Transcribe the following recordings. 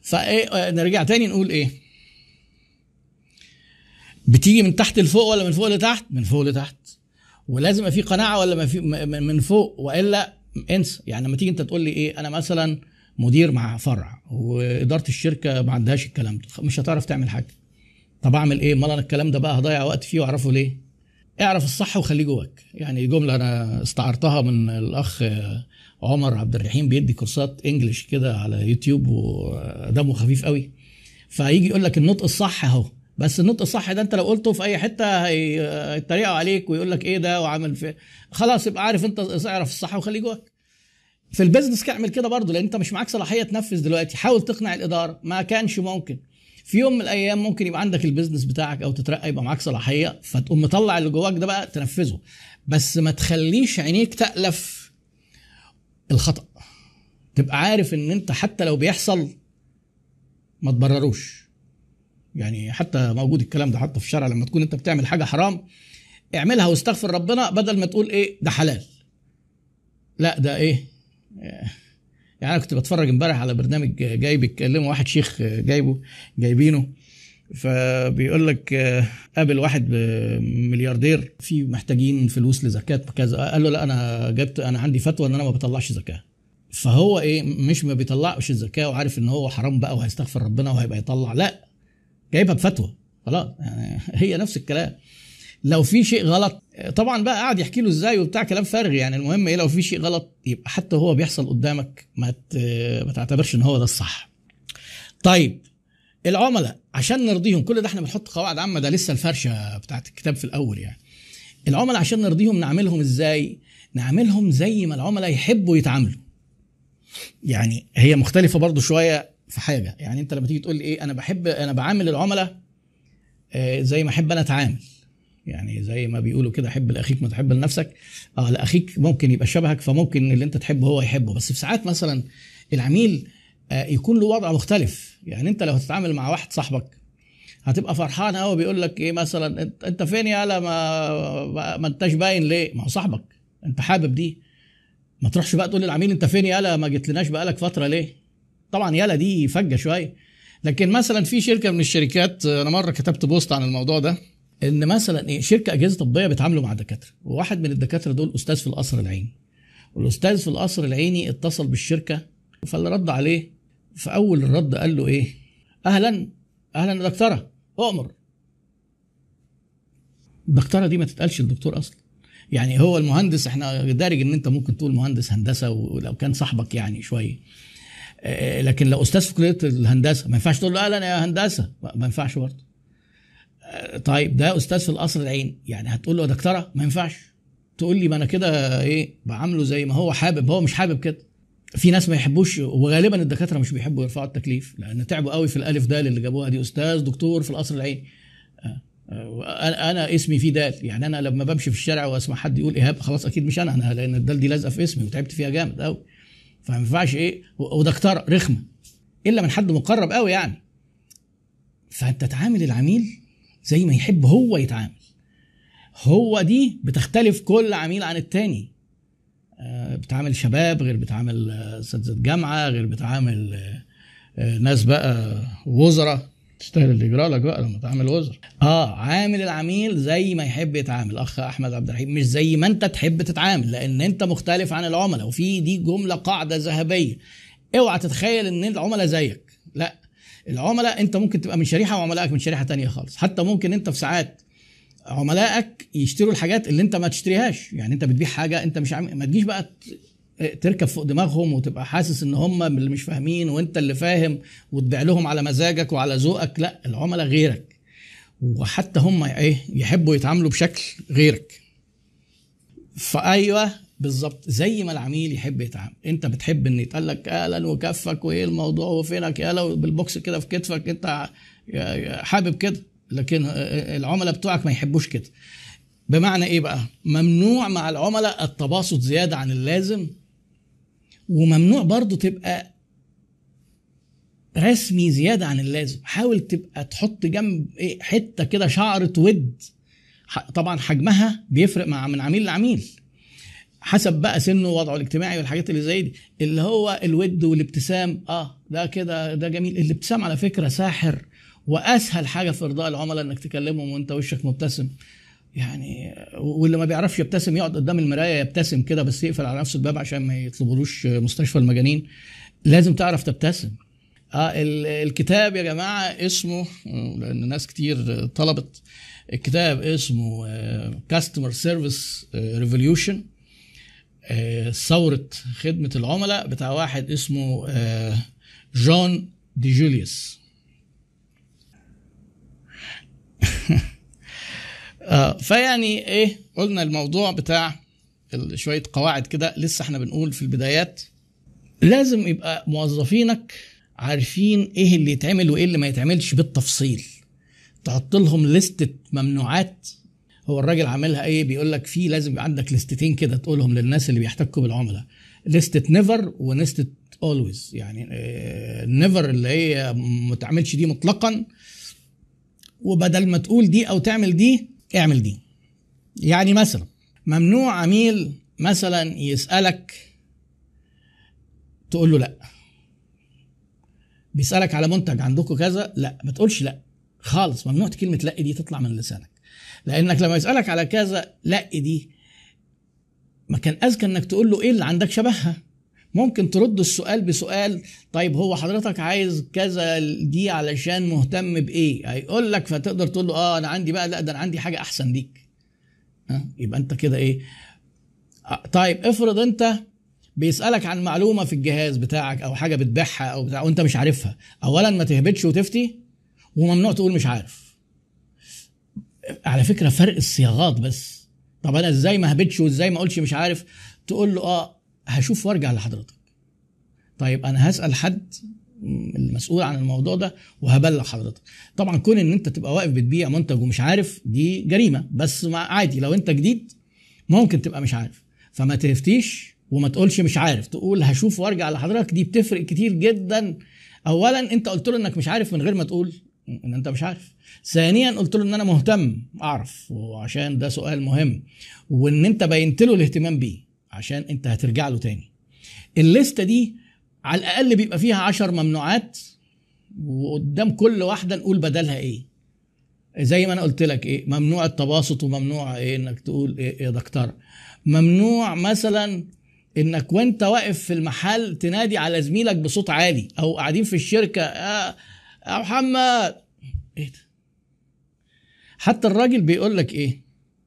فايه نرجع تاني نقول ايه، بتيجي من تحت لفوق ولا من فوق لتحت؟ من فوق لتحت. ولازم يبقى في قناعه ولا ما في من فوق، والا انسى. يعني لما تيجي انت تقول لي ايه، انا مثلا مدير مع فرع واداره الشركه ما عندهاش الكلام ده، مش هتعرف تعمل حاجه. طب اعمل ايه؟ امال انا الكلام ده بقى هضيع وقت فيه واعرفه ليه؟ اعرف الصح وخليه جواك. يعني جمله انا استعرتها من الاخ عمر عبد الرحيم، بيدي كورسات انجليش كده على يوتيوب ودمه خفيف قوي. فيجي يقول لك النطق الصح اهو، بس النطق الصح ده انت لو قلته في اي حته هيتريقوا عليك ويقول لك ايه ده وعامل في، خلاص يبقى عارف انت اعرف الصح وخليه جواك. في البيزنس اعمل كده برضه، لان انت مش معاك صلاحيه تنفذ دلوقتي. حاول تقنع الاداره، ما كانش ممكن في يوم من الايام ممكن يبقى عندك البيزنس بتاعك او تترقى يبقى معاك صلاحيه، فتقوم مطلع اللي جواك ده بقى تنفذه. بس ما تخليش عينيك تألف الخطأ. تبقى عارف ان انت حتى لو بيحصل ما تبرروش. يعني حتى موجود الكلام ده حتى في الشرع، لما تكون انت بتعمل حاجه حرام اعملها واستغفر ربنا، بدل ما تقول ايه ده حلال. لا ده ايه. يعني انا كنت بتفرج امبارح على برنامج جاي بيتكلموا واحد شيخ جايبينه، فبيقول لك قابل واحد ملياردير في محتاجين فلوس لزكاه كذا، قال له لا انا عندي فتوى ان انا ما بطلعش زكاه. فهو ايه، مش ما بيطلعش الزكاه وعارف ان هو حرام بقى وهيستغفر ربنا وهيبقى يطلع، لا جايبها بفتوى خلاص. يعني هي نفس الكلام. لو في شيء غلط طبعا بقى قاعد يحكي له ازاي وبتاع كلام فارغ. يعني المهم ايه، لو في شيء غلط يبقى حتى هو بيحصل قدامك ما تعتبرش ان هو ده الصح. طيب العملاء عشان نرضيهم، كل ده احنا بنحط قواعد عامه، ده لسه الفرشه بتاعت الكتاب في الاول. يعني العملاء عشان نرضيهم نعملهم ازاي؟ نعملهم زي ما العملاء يحبوا يتعاملوا. يعني هي مختلفه برضو شويه في حاجه. يعني انت لما تيجي تقول لي ايه، انا بعامل العملاء زي ما احب انا اتعامل. يعني زي ما بيقولوا كده، حب لاخيك ما تحب لنفسك. لاخيك ممكن يبقى شبهك، فممكن اللي انت تحبه هو يحبه. بس في ساعات مثلا العميل يكون له وضع مختلف. يعني انت لو هتتعامل مع واحد صاحبك هتبقى فرحان قوي، بيقول لك ايه مثلا، انت فين يالا ما انتش باين ليه؟ ما هو صاحبك انت حابب دي. ما تروحش بقى تقول للعميل انت فين يالا ما جيتلناش بقالك فتره ليه. طبعا يالا دي فجه شويه. لكن مثلا في شركه من الشركات، انا مره كتبت بوست عن الموضوع ده، ان مثلا ايه، شركه اجهزه طبيه بيتعاملوا مع دكاتره، وواحد من الدكاتره دول استاذ في القصر العيني، والاستاذ في القصر العيني اتصل بالشركه، فاللي رد عليه في اول الرد قال له ايه، اهلا اهلا يا دكتوره اؤمر. الدكتوره دي ما تتقالش الدكتور اصلا. يعني هو المهندس، احنا دارج ان انت ممكن تقول مهندس هندسه ولو كان صاحبك يعني شويه، لكن لو استاذ في كليه الهندسه ما ينفعش تقول له اهلا يا هندسه، ما ينفعش برضه. طيب ده استاذ في القصر العيني، يعني هتقول له يا دكتوره؟ ما ينفعش. تقول لي ما انا كده ايه، بعامله زي ما هو حابب، هو مش حابب كده. في ناس ما يحبوش، وغالبا الدكاتره مش بيحبوا يرفعوا التكليف لان تعبوا قوي في الالف دال اللي جابوها دي، استاذ دكتور في القصر العيني. انا اسمي فيه دال. يعني انا لما بمشي في الشارع واسمع حد يقول ايهاب، خلاص اكيد مش انا لان الدال دي لازقه في اسمي وتعبت فيها جامد قوي. فما ينفعش ايه، ودكتوره رخمه الا من حد مقرب قوي يعني. فانت تعامل العميل زي ما يحب هو يتعامل. هو دي بتختلف كل عميل عن التاني. بتعامل شباب غير بتعامل اساتذه جامعه، غير بتعامل ناس بقى وزراء، تستاهل اللي يجرى لك بقى لما تعامل وزراء. عامل العميل زي ما يحب يتعامل. اخ احمد عبد الرحيم، مش زي ما انت تحب تتعامل، لان انت مختلف عن العملاء. وفي دي جمله قاعده ذهبيه، اوعى تتخيل ان العملاء زيك. لا، العملاء انت ممكن تبقى من شريحه وعملائك من شريحه تانية خالص. حتى ممكن انت في ساعات عملائك يشتروا الحاجات اللي انت ما تشتريهاش. يعني انت بتبيع حاجه انت مش ما تجيش بقى تركب فوق دماغهم وتبقى حاسس ان هم اللي مش فاهمين وانت اللي فاهم وتبيع لهم على مزاجك وعلى ذوقك. لا، العملاء غيرك، وحتى هم يحبوا يتعاملوا بشكل غيرك. فايوه بالظبط زي ما العميل يحب يتعامل. انت بتحب ان يتقال لك اهلا وكفك وايه الموضوع وفينك يالا بالبوكس كده في كتفك، انت حابب كده. لكن العملاء بتوعك ما يحبوش كده. بمعنى ايه بقى؟ ممنوع مع العملاء التباسط زيادة عن اللازم، وممنوع برضو تبقى رسمي زيادة عن اللازم. حاول تبقى تحط جنب حتة كده شعرة ود، طبعا حجمها بيفرق من عميل لعميل. حسب بقى سنه ووضعه الاجتماعي والحاجات اللي زي دي، اللي هو الود والابتسام. ده كده ده جميل. الابتسام على فكره ساحر، واسهل حاجه في ارضاء العملاء انك تكلمهم وانت وشك مبتسم يعني. واللي ما بيعرفش يبتسم يقعد قدام المرايه يبتسم كده، بس يقفل على نفسه الباب عشان ما يطلبولوش مستشفى المجانين. لازم تعرف تبتسم. الكتاب يا جماعه اسمه، لان ناس كتير طلبت، الكتاب اسمه كاستمر سيرفيس ريفوليوشن، ثورة خدمة العملاء، بتاع واحد اسمه جون دي جوليوس. فيعني ايه، قلنا الموضوع بتاع شوية قواعد كده، لسه احنا بنقول في البدايات. لازم يبقى موظفينك عارفين ايه اللي يتعمل وايه اللي ما يتعملش بالتفصيل. تحط لهم لستة ممنوعات. هو الراجل عاملها ايه، بيقول لك في لازم يبقى عندك لستتين كده تقولهم للناس اللي بيحتكوا بالعملاء، لستة نيفر ولستة اولويز. يعني نيفر اللي هي ما تعملش دي مطلقا، وبدل ما تقول دي او تعمل دي اعمل دي. يعني مثلا ممنوع عميل مثلا يسألك تقول له لا. بيسألك على منتج عندكم كذا، لا ما تقولش لا خالص. ممنوع كلمة لا دي تطلع من لسانك، لانك لما يسألك على كذا لا دي، ما كان اذكى انك تقول له ايه اللي عندك شبهها. ممكن ترد السؤال بسؤال، طيب هو حضرتك عايز كذا دي علشان مهتم بايه؟ هيقول لك، فتقدر تقول له انا عندي بقى، لا ده انا عندي حاجة احسن ليك. يبقى انت كده ايه. طيب افرض انت بيسألك عن معلومة في الجهاز بتاعك او حاجة بتبيعها او بتاع وانت مش عارفها. اولا ما تهبطش وتفتي، وممنوع تقول مش عارف. على فكرة فرق الصياغات بس. طب انا ازاي ما هبتش وازاي ما اقولش مش عارف؟ تقول له هشوف وارجع لحضرتك. طيب انا هسأل حد المسؤول عن الموضوع ده وهبلغ حضرتك. طبعا كون ان انت تبقى واقف بتبيع منتج ومش عارف دي جريمة، بس عادي لو انت جديد ممكن تبقى مش عارف. فما تفتيش وما تقولش مش عارف، تقول هشوف وارجع لحضرتك. دي بتفرق كتير جدا. اولا انت قلت له انك مش عارف من غير ما تقول ان انت مش عارف. ثانيا قلت له ان انا مهتم اعرف، وعشان ده سؤال مهم، وان انت بينت له الاهتمام بيه عشان انت هترجع له تاني. الليسته دي على الاقل بيبقى فيها 10 ممنوعات، وقدام كل واحده نقول بدلها ايه. زي ما انا قلت لك ايه، ممنوع التباسط، وممنوع ايه انك تقول ايه يا دكتور. ممنوع مثلا انك وانت واقف في المحل تنادي على زميلك بصوت عالي، او قاعدين في الشركه يا محمد ايه ده. حتى الراجل بيقول لك ايه،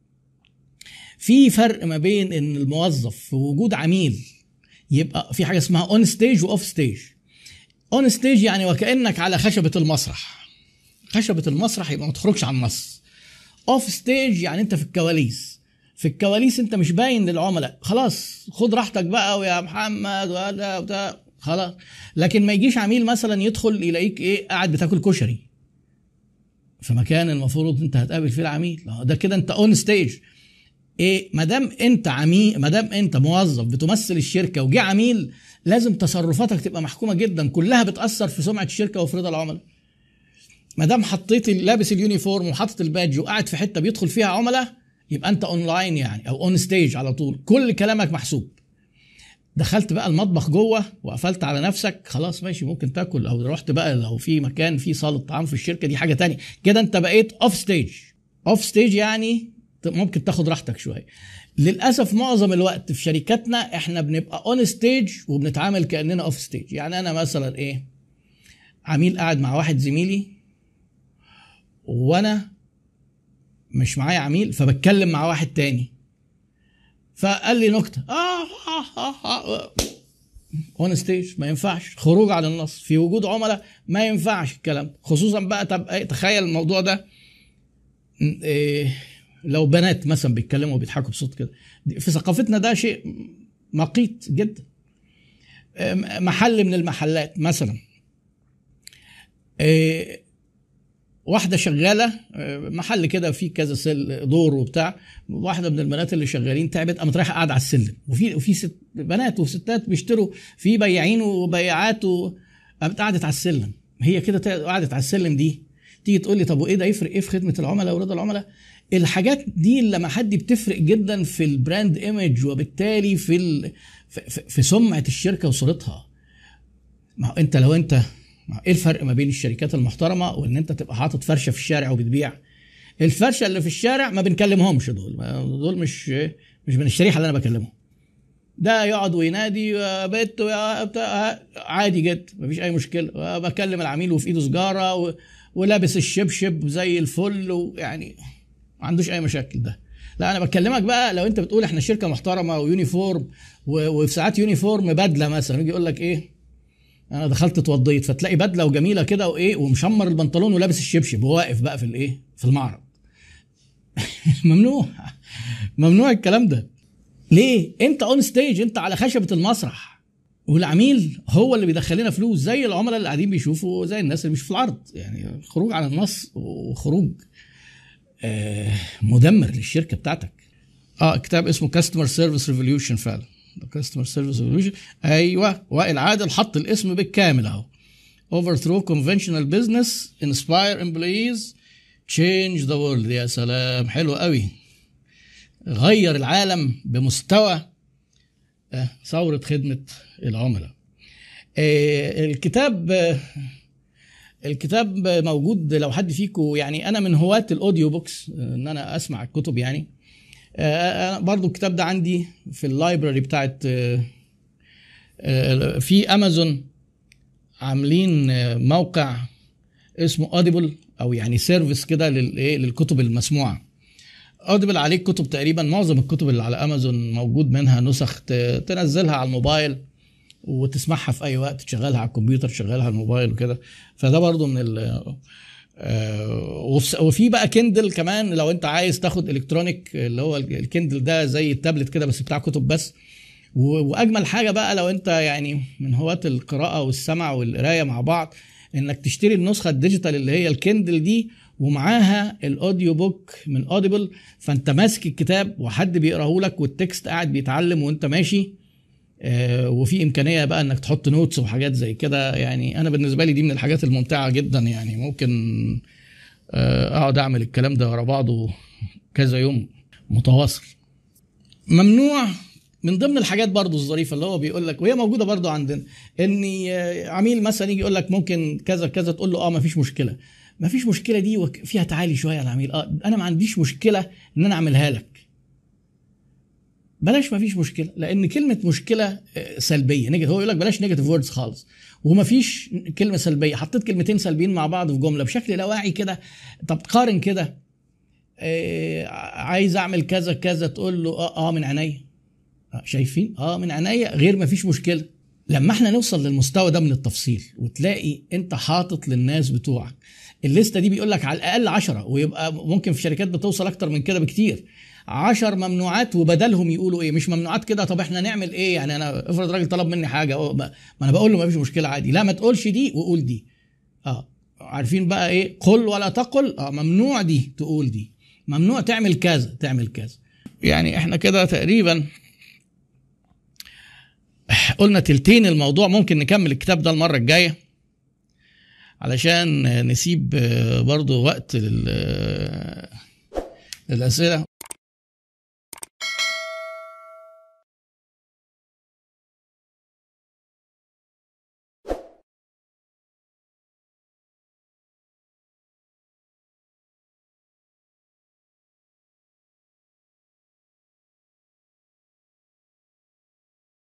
في فرق ما بين ان الموظف في وجود عميل يبقى في حاجه اسمها اون ستيج واوف ستيج. اون ستيج يعني وكانك على خشبه المسرح. خشبه المسرح يبقى ما تخرجش عن النص. اوف ستيج يعني انت في الكواليس. في الكواليس انت مش باين للعملاء، خلاص خد راحتك بقى ويا محمد ولا بتاع خلاص. لكن ما يجيش عميل مثلا يدخل يلاقيك ايه قاعد بتاكل كشري في مكان المفروض انت هتقابل فيه العميل. ده كده انت اون ستيج. ايه، ما دام انت عميل، ما دام انت موظف بتمثل الشركه وجي عميل، لازم تصرفاتك تبقى محكومه جدا، كلها بتاثر في سمعه الشركه وفي رضا العملاء. ما دام حطيت لابس اليونيفورم وحاطط البادج وقاعد في حته بيدخل فيها عملاء، يبقى انت اونلاين يعني، او اون ستيج على طول، كل كلامك محسوب. دخلت بقى المطبخ جوه وقفلت على نفسك، خلاص ماشي ممكن تاكل، او رحت بقى لو في مكان فيه صاله طعام في الشركه دي حاجه تانية. كده انت بقيت اوف ستيج. اوف ستيج يعني ممكن تاخد راحتك شويه. للاسف معظم الوقت في شركاتنا احنا بنبقى اون ستيج وبنتعامل كاننا اوف ستيج. يعني انا مثلا ايه، عميل قاعد مع واحد زميلي وانا مش معايا عميل، فبتكلم مع واحد تاني فقال لي نكته اون ستيج. ما ينفعش، خروج عن النص. في وجود عملاء ما ينفعش الكلام، خصوصا بقى. طب تخيل الموضوع ده لو بنات مثلا بيتكلموا وبيضحكوا بصوت كده، في ثقافتنا ده شيء مقيت جدا. محل من المحلات مثلا، واحده شغاله محل كده فيه كذا دور وبتاع، واحده من البنات اللي شغالين تعبت، قامت رايحه قاعده على السلم، وفي بنات وستات بيشتروا، في بياعين وبياعات، قامت قعدت على السلم. هي كده قعدت على السلم دي، تيجي تقول لي طب وايه ده يفرق ايه في خدمه العملاء ورضا العملاء؟ الحاجات دي اللي ما حد بتفرق جدا في البراند ايمج، وبالتالي في سمعه الشركه وصورتها. ما هو انت لو انت ايه الفرق ما بين الشركات المحترمه وان انت تبقى حاطط فرشه في الشارع وبتبيع؟ الفرشه اللي في الشارع ما بنكلمهمش، دول مش من الشريحه اللي انا بكلمهم. ده يقعد وينادي بيت عادي جدا، مفيش اي مشكله. بكلم العميل وفي ايده سجاره ولابس الشبشب زي الفل، ويعني ما عندوش اي مشاكل. ده لا، انا بكلمك بقى لو انت بتقول احنا شركه محترمه ويونيفورم، وفي ساعات يونيفورم بدله مثلا، يجي يقول لك ايه، انا دخلت اتوضيت، فتلاقي بدله وجميله كده وايه، ومشمر البنطلون ولابس الشبشب وواقف بقى في الايه، في المعرض. ممنوع الكلام ده. ليه؟ انت اون ستيج، انت على خشبه المسرح، والعميل هو اللي بيدخل لنا فلوس، زي العملاء اللي قاعدين بيشوفوا، زي الناس اللي بيشوفوا العرض. يعني خروج عن النص، وخروج مدمر للشركه بتاعتك. كتاب اسمه كاستمر سيرفيس ريفوليوشن، فعلا كاستمر سيرفيس ريفوليوشن. ايوه، وائل عادل حط الاسم بالكامل اهو. overthrow conventional business, inspire employees, change the world. يا سلام، حلو قوي. غير العالم بمستوى ثورة خدمة العملاء. الكتاب موجود لو حد فيكم، يعني انا من هواة الاوديو بوكس، ان انا اسمع الكتب يعني. برضو الكتاب ده عندي في اللايبراري بتاعت في امازون، عاملين موقع اسمه اوديبل، او يعني سيرفيس كده للكتب المسموعه. اوديبل عليه كتب تقريبا، معظم الكتب اللي على امازون موجود منها نسخ تنزلها على الموبايل وتسمعها في اي وقت، تشغلها على الكمبيوتر، تشغلها على الموبايل وكده. فده برضو من وفي بقى كيندل كمان، لو انت عايز تاخد الكترونيك، اللي هو الكيندل ده زي التابلت كده بس بتاع كتب بس. واجمل حاجه بقى لو انت يعني من هواة القراءه والسمع والقرايه مع بعض، انك تشتري النسخه الديجيتال اللي هي الكيندل دي، ومعاها الاوديو بوك من اوديبل. فانت ماسك الكتاب وحد بيقراه لك، والتكست قاعد بيتعلم وانت ماشي. وفي امكانيه بقى انك تحط نوتس وحاجات زي كده. يعني انا بالنسبه لي دي من الحاجات الممتعه جدا. يعني ممكن اقعد اعمل الكلام ده ورا بعضه كذا يوم متواصل. ممنوع من ضمن الحاجات برضو الظريفه اللي هو بيقول لك، وهي موجوده برضو عندنا، ان عميل مثلا يجي يقول لك ممكن كذا كذا، تقول له ما فيش مشكله. ما فيش مشكله دي فيها تعالي شويه على العميل. انا ما عنديش مشكله ان انا اعملها لك. بلاش ما فيش مشكله، لان كلمه مشكله سلبيه نيجاتيف. هو يقول لك بلاش نيجاتيف ووردز خالص، وما فيش كلمه سلبيه. حطيت كلمتين سلبيين مع بعض في جمله بشكل لا واعي كده. طب قارن كده، عايز اعمل كذا كذا، تقول له من عينيا. شايفين؟ من عينيا، غير ما فيش مشكله. لما احنا نوصل للمستوى ده من التفصيل، وتلاقي انت حاطط للناس بتوعك الليسته دي، بيقول لك على الاقل 10، ويبقى ممكن في شركات بتوصل اكتر من كده بكتير. 10 ممنوعات، وبدلهم يقولوا ايه؟ مش ممنوعات كده، طب احنا نعمل ايه؟ يعني انا افرض راجل طلب مني حاجه، ما انا بقول له ما فيش مشكله عادي. لا، ما تقولش دي وقول دي. عارفين بقى ايه؟ قل ولا تقل. ممنوع دي تقول دي، ممنوع تعمل كذا تعمل كذا. يعني احنا كده تقريبا قلنا تلتين الموضوع. ممكن نكمل الكتاب ده المرة الجاية علشان نسيب برضو وقت للأسئلة.